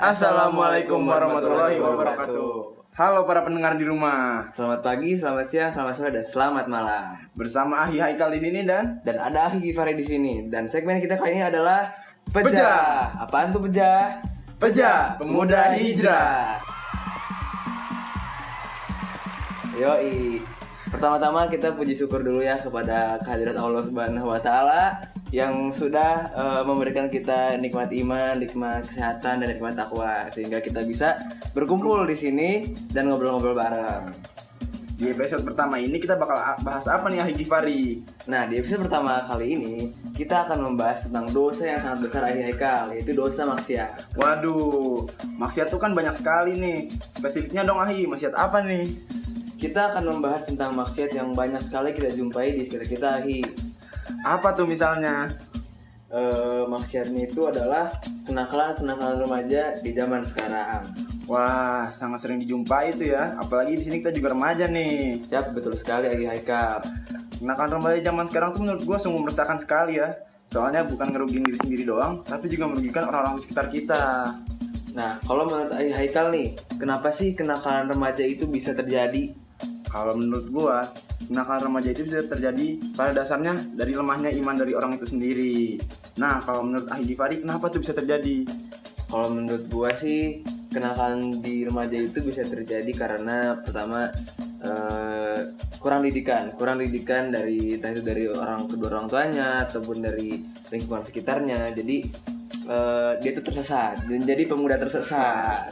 Assalamualaikum warahmatullahi wabarakatuh. Halo para pendengar di rumah. Selamat pagi, selamat siang, selamat sore, dan selamat malam. Bersama Ahi Haikal di sini dan ada Ahi Gifari di sini. Dan segmen kita kali ini adalah Pejah. Apaan tuh Pejah? Pejah Pemuda Hijrah. Yoi. Pertama-tama kita puji syukur dulu ya kepada kehadirat Allah Subhanahu wa taala yang sudah memberikan kita nikmat iman, nikmat kesehatan, dan nikmat takwa sehingga kita bisa berkumpul di sini dan ngobrol-ngobrol bareng. Di episode pertama ini kita bakal bahas apa nih Ahi Gifari? Nah, di episode pertama kali ini kita akan membahas tentang dosa yang sangat besar Ahi Haikal, yaitu dosa maksiat. Waduh, maksiat tuh kan banyak sekali nih. Spesifiknya dong Ahi, maksiat apa nih? Kita akan membahas tentang maksiat yang banyak sekali kita jumpai di sekitar kita, Ahi. Apa tuh misalnya? Maksiatnya itu adalah kenakalan remaja di zaman sekarang. Wah, sangat sering dijumpai itu ya. Apalagi di sini kita juga remaja nih. Yap, betul sekali Ahi Haikal. Kenakalan remaja zaman sekarang tuh menurut gue sungguh meresahkan sekali ya. Soalnya bukan ngerugiin diri sendiri doang, tapi juga merugikan orang-orang di sekitar kita. Nah, kalau menurut Ahi Haikal nih, kenapa sih kenakalan remaja itu bisa terjadi? Kalau menurut gua, kenakalan remaja itu bisa terjadi pada dasarnya dari lemahnya iman dari orang itu sendiri. Nah, kalau menurut Ahi Gifari, kenapa tuh bisa terjadi? Kalau menurut gua sih, kenakalan di remaja itu bisa terjadi karena pertama kurang didikan dari entah itu dari kedua orang tuanya ataupun dari lingkungan sekitarnya. Jadi dia tuh tersesat dan jadi pemuda tersesat.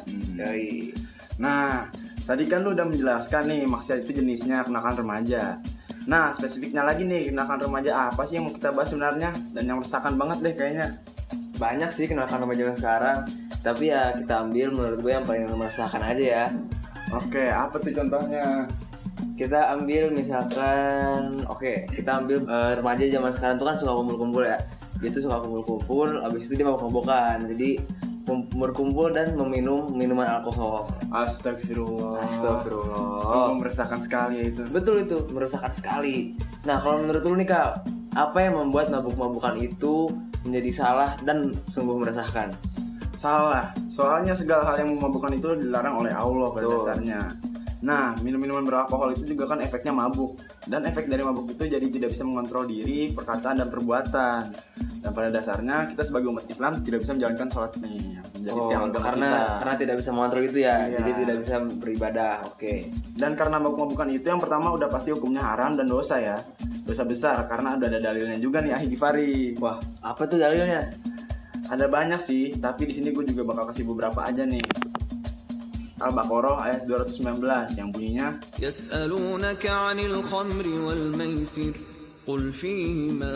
Nah, tadi kan lu udah menjelaskan nih maksiat itu jenisnya kenakalan remaja. Nah, spesifiknya lagi nih kenakalan remaja apa sih yang mau kita bahas sebenarnya dan yang meresahkan banget deh kayaknya. Banyak sih kenakalan remaja sekarang, tapi ya kita ambil menurut gue yang paling meresahkan aja ya. Oke, apa tuh contohnya? Kita ambil misalkan, kita ambil remaja zaman sekarang tuh kan suka kumpul-kumpul ya. Dia tuh suka kumpul-kumpul, abis itu dia mabok-mabokan. Jadi berkumpul dan meminum minuman alkohol. Astagfirullah. Sungguh meresahkan sekali ya itu. Betul, itu meresahkan sekali. Nah, kalau menurut lu nih Kal, apa yang membuat mabuk-mabukan itu menjadi salah dan sungguh meresahkan? Salah, soalnya segala hal yang memabukkan itu dilarang oleh Allah pada dasarnya. Nah, minum-minuman beralkohol itu juga kan efeknya mabuk. Dan efek dari mabuk itu jadi tidak bisa mengontrol diri, perkataan, dan perbuatan. Dan pada dasarnya kita sebagai umat Islam tidak bisa menjalankan sholat nih, menjadi tiang agama kita. Karena tidak bisa mengontrol itu ya, jadi tidak bisa beribadah. Dan karena mabuk-mabukan itu yang pertama udah pasti hukumnya haram dan dosa ya. Dosa besar karena udah ada dalilnya juga nih Ahi Gifari. Wah, apa tuh dalilnya? Ada banyak sih, tapi di sini gue juga bakal kasih beberapa aja nih. Al-Baqarah ayat 219 yang bunyinya Yas'alunaka 'anil khamri wal maisir qul fihima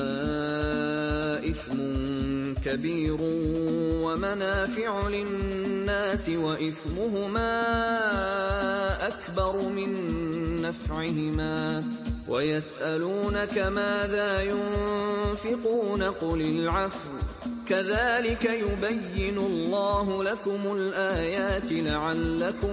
ithmun kabirun wa manafi'u lin-nasi wa ithmuhuma akbaru min naf'ihima wa yas'alunaka madha yunfiquna qulil 'afwa كذلك يبين الله لكم الآيات لعلكم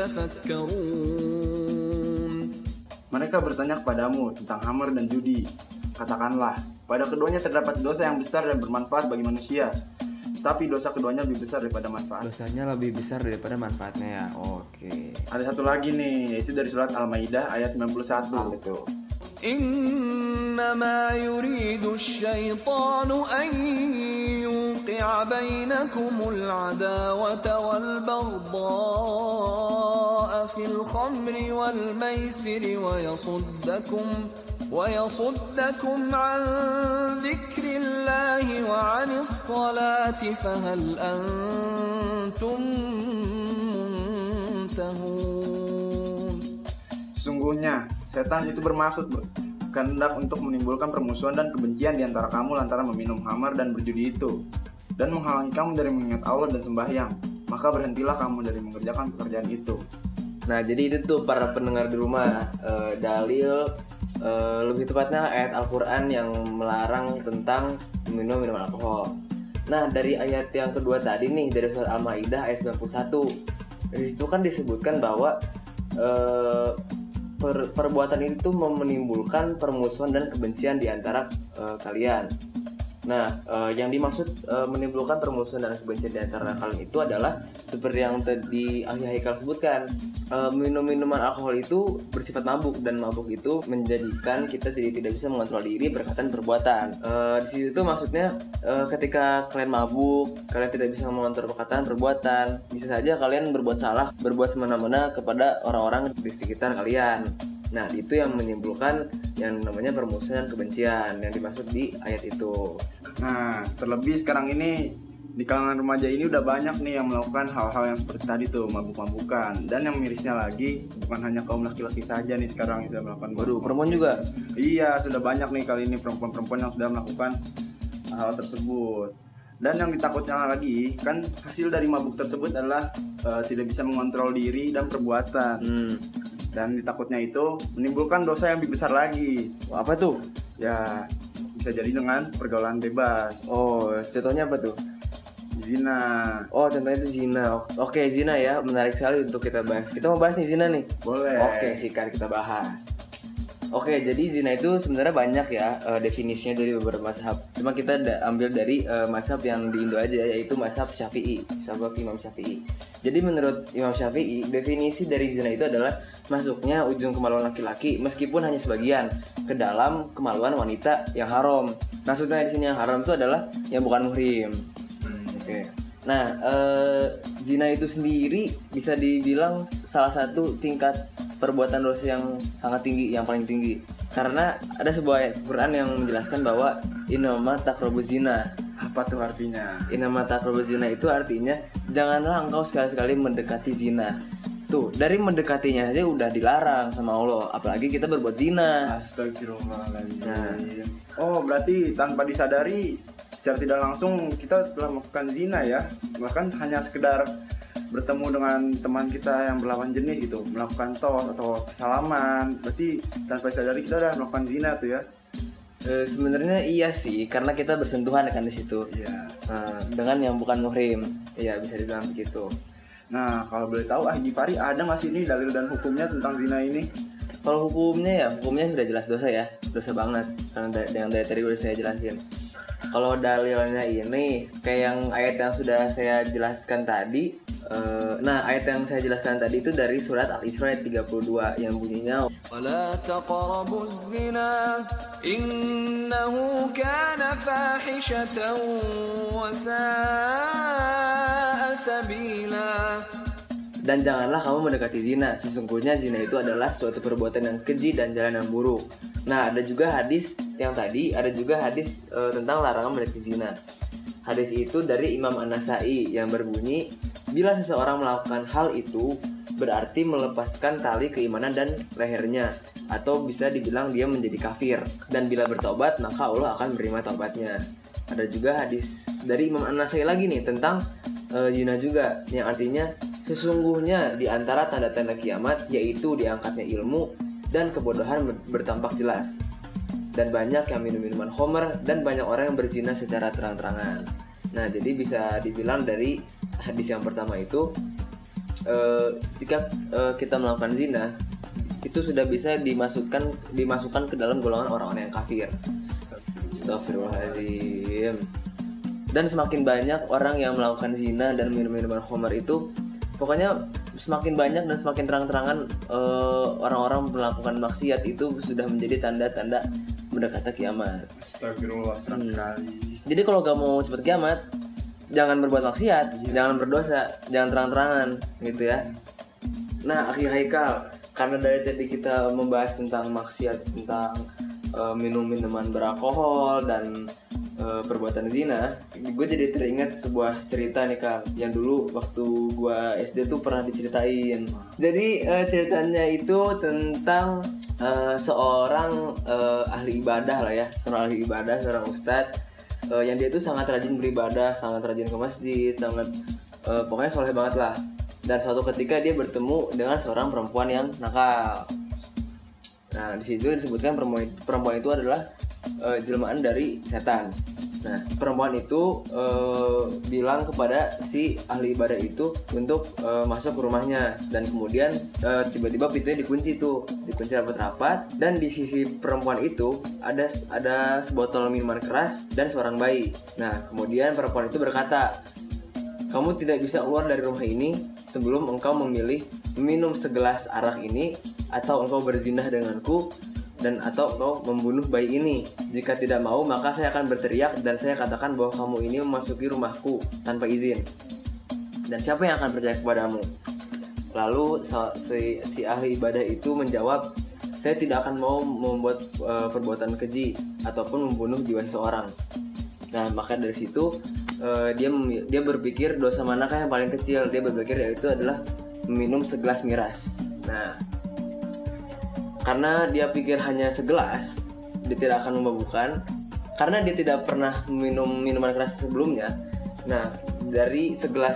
تتفكرون. Mereka bertanya kepadamu tentang khamr dan judi. Katakanlah, pada keduanya terdapat dosa yang besar dan bermanfaat bagi manusia. Tapi dosa keduanya lebih besar daripada manfaat. Dosanya lebih besar daripada manfaatnya ya. Ada satu lagi nih, yaitu dari surat Al-Maidah ayat 91. Betul. إنما يريد الشيطان أن يوقع بينكم العداوة والبغضاء في الخمر والميسر ويصدكم عن ذكر الله وعن الصلاة فهل أنتم منتهون. Sesungguhnya setan itu bermaksud kehendak untuk menimbulkan permusuhan dan kebencian di antara kamu lantaran meminum khamar dan berjudi itu, dan menghalangi kamu dari mengingat Allah dan sembahyang. Maka berhentilah kamu dari mengerjakan pekerjaan itu. Nah, jadi itu tuh para pendengar di rumah, dalil lebih tepatnya ayat Al-Quran yang melarang tentang minum alkohol. Nah, dari ayat yang kedua tadi nih, dari surat Al-Maidah ayat 91, di situ kan disebutkan bahwa perbuatan itu menimbulkan permusuhan dan kebencian di antara kalian. Nah, yang dimaksud menimbulkan permusuhan dan kebencian di antara kalian itu adalah seperti yang tadi Ahli Haikal sebutkan. Minum-minuman alkohol itu bersifat mabuk, dan mabuk itu menjadikan kita jadi tidak bisa mengontrol diri, perkataan, perbuatan. Di situ tuh maksudnya ketika kalian mabuk, kalian tidak bisa mengontrol perkataan, perbuatan. Bisa saja kalian berbuat salah, berbuat semena-mena kepada orang-orang di sekitar kalian. Nah, itu yang menimbulkan yang namanya permusuhan dan kebencian yang dimaksud di ayat itu. Nah, terlebih sekarang ini di kalangan remaja ini udah banyak nih yang melakukan hal-hal yang seperti tadi tuh, mabuk-mabukan. Dan yang mirisnya lagi, bukan hanya kaum laki-laki saja nih sekarang yang sudah melakukan. Waduh, perempuan juga? Iya, sudah banyak nih kali ini perempuan-perempuan yang sudah melakukan hal tersebut. Dan yang ditakutkan lagi, kan hasil dari mabuk tersebut adalah tidak bisa mengontrol diri dan perbuatan. Dan ditakutnya itu menimbulkan dosa yang lebih besar lagi. Apa tuh? Ya, bisa jadi dengan pergaulan bebas. Oh, contohnya apa tuh? Zina. Oh, contohnya itu zina. Oke, zina ya, menarik sekali untuk kita bahas. Kita mau bahas nih zina nih. Boleh. Oke, sikat kita bahas. Oke, jadi zina itu sebenarnya banyak ya definisinya dari beberapa mazhab. Cuma kita ambil dari mazhab yang di Indo aja, yaitu mazhab Syafi'i, mazhab Imam Syafi'i. Jadi menurut Imam Syafi'i, definisi dari zina itu adalah masuknya ujung kemaluan laki-laki meskipun hanya sebagian ke dalam kemaluan wanita yang haram. Maksudnya di sini yang haram itu adalah yang bukan muhrim. Oke. Nah, zina itu sendiri bisa dibilang salah satu tingkat perbuatan dosa yang sangat tinggi, yang paling tinggi. Karena ada sebuah ayat Quran yang menjelaskan bahwa innama taqrabuz zina. Apa tuh artinya? Innama taqrabuz zina itu artinya janganlah engkau sekali-sekali mendekati zina. Tuh, dari mendekatinya saja udah dilarang sama Allah, apalagi kita berbuat zina. Astagfirullahaladzim. Oh, berarti tanpa disadari secara tidak langsung kita telah melakukan zina ya. Bahkan hanya sekedar bertemu dengan teman kita yang berlawan jenis gitu, melakukan tos atau salaman, berarti tanpa disadari kita udah melakukan zina tuh ya. Sebenarnya iya sih, karena kita bersentuhan kan di situ. Iya. Dengan yang bukan muhrim. Iya, bisa dibilang begitu. Nah, kalau boleh tahu Haji Fari ada nggak sih ini dalil dan hukumnya tentang zina ini? Kalau hukumnya sudah jelas dosa ya, dosa banget. Karena yang dari tadi udah saya jelasin. Kalau dalilnya ini kayak yang ayat yang sudah saya jelaskan tadi. Nah, ayat yang saya jelaskan tadi itu dari surat Al-Isra ayat 32 yang bunyinya ولا تقربوا الزنا إنه كان فاحشة وساء سبيلا. Dan janganlah kamu mendekati zina. Sesungguhnya zina itu adalah suatu perbuatan yang keji dan jalan yang buruk. Nah, ada juga hadis yang tadi, ada juga hadis tentang larangan mendekati zina. Hadis itu dari Imam An-Nasai yang berbunyi, bila seseorang melakukan hal itu berarti melepaskan tali keimanan dan lehernya, atau bisa dibilang dia menjadi kafir. Dan bila bertobat maka Allah akan menerima taubatnya. Ada juga hadis dari Imam An-Nasai lagi nih tentang zina juga, yang artinya sesungguhnya di antara tanda-tanda kiamat yaitu diangkatnya ilmu dan kebodohan bertampak jelas, dan banyak yang minum minuman khamr, dan banyak orang yang berzina secara terang-terangan. Nah, jadi bisa dibilang dari hadis yang pertama itu jika kita melakukan zina itu sudah bisa dimasukkan ke dalam golongan orang-orang yang kafir. Astagfirullahaladzim. Dan semakin banyak orang yang melakukan zina dan minum minuman khamr itu, pokoknya semakin banyak dan semakin terang-terangan orang-orang melakukan maksiat itu sudah menjadi tanda-tanda mendekati kiamat. Astagfirullah, serem sekali. Jadi kalau gak mau cepet kiamat, jangan berbuat maksiat, jangan berdosa, jangan terang-terangan gitu ya. Nah, Akhi Haikal, karena dari tadi kita membahas tentang maksiat, tentang minum-minuman beralkohol dan perbuatan zina, gue jadi teringat sebuah cerita nih Kak, yang dulu waktu gue SD tuh pernah diceritain. Jadi ceritanya itu tentang seorang ahli ibadah lah ya, seorang ahli ibadah, seorang ustadz yang dia itu sangat rajin beribadah, sangat rajin ke masjid, sangat pokoknya soleh banget lah. Dan suatu ketika dia bertemu dengan seorang perempuan yang nakal. Nah, di situ disebutkan perempuan itu adalah jelmaan dari setan. Nah, perempuan itu bilang kepada si ahli ibadah itu untuk masuk ke rumahnya, dan kemudian tiba-tiba pintunya dikunci rapat-rapat, dan di sisi perempuan itu ada sebotol minuman keras dan seorang bayi. Nah, kemudian perempuan itu berkata, "Kamu tidak bisa keluar dari rumah ini sebelum engkau memilih minum segelas arak ini, atau engkau berzinah denganku, dan atau engkau membunuh bayi ini. Jika tidak mau, maka saya akan berteriak dan saya katakan bahwa kamu ini memasuki rumahku tanpa izin. Dan siapa yang akan percaya kepadamu?" Lalu si ahli ibadah itu menjawab, "Saya tidak akan mau membuat perbuatan keji ataupun membunuh jiwa seseorang." Nah, maka dari situ dia berpikir dosa manakah yang paling kecil. Dia berpikir yaitu adalah minum segelas miras. Nah, karena dia pikir hanya segelas, dia tidak akan memabukkan, karena dia tidak pernah minum minuman keras sebelumnya. Nah, dari segelas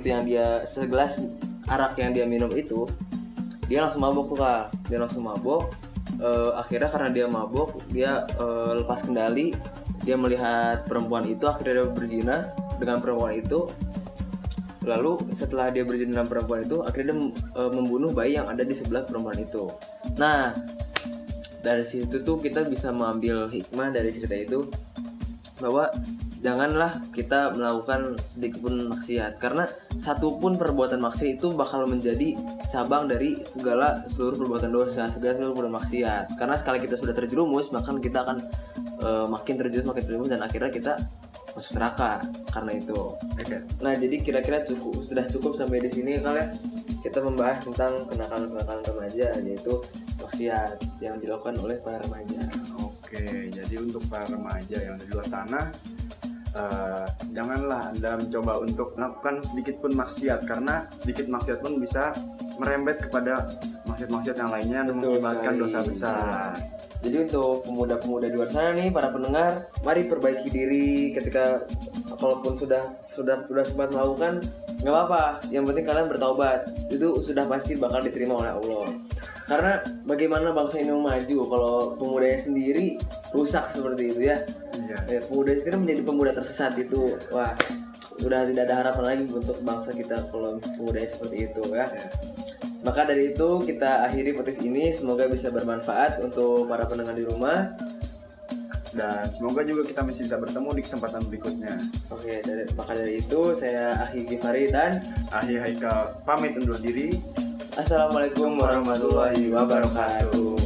arak yang dia minum itu, dia langsung mabuk tuh, Kak. Dia langsung mabuk. Akhirnya karena dia mabuk, dia lepas kendali. Dia melihat perempuan itu, akhirnya dia berzina dengan perempuan itu. Lalu setelah dia berzina dengan perempuan itu, akhirnya dia membunuh bayi yang ada di sebelah perempuan itu. Nah, dari situ tuh kita bisa mengambil hikmah dari cerita itu, bahwa janganlah kita melakukan sedikit pun maksiat, karena satu pun perbuatan maksiat itu bakal menjadi cabang dari seluruh perbuatan dosa, seluruh perbuatan maksiat. Karena sekali kita sudah terjerumus, maka kita akan makin terjerumus dan akhirnya kita masuk neraka karena itu. Nah, jadi kira-kira sudah cukup sampai di sini kalian. Kita membahas tentang kenakalan remaja, yaitu maksiat yang dilakukan oleh para remaja. Oke, jadi untuk para remaja yang di luar sana, janganlah Anda mencoba untuk melakukan sedikit pun maksiat, karena sedikit maksiat pun bisa merembet kepada maksiat-maksiat yang lainnya dan mengakibatkan dosa besar. Jadi untuk pemuda-pemuda di luar sana nih, para pendengar, mari perbaiki diri. Ketika kalaupun sudah sempat melakukan, nggak apa-apa. Yang penting kalian bertaubat. Itu sudah pasti bakal diterima oleh Allah. Karena bagaimana bangsa ini mau maju kalau pemudanya sendiri rusak seperti itu ya? Iya. Pemuda sendiri menjadi pemuda tersesat itu, wah, sudah tidak ada harapan lagi untuk bangsa kita kalau pemudanya seperti itu ya. Maka dari itu kita akhiri podcast ini, semoga bisa bermanfaat untuk para pendengar di rumah, dan semoga juga kita masih bisa bertemu di kesempatan berikutnya. Oke, maka dari itu saya Akhi Gifari dan Akhi Haikal pamit undur diri. Assalamualaikum warahmatullahi wabarakatuh.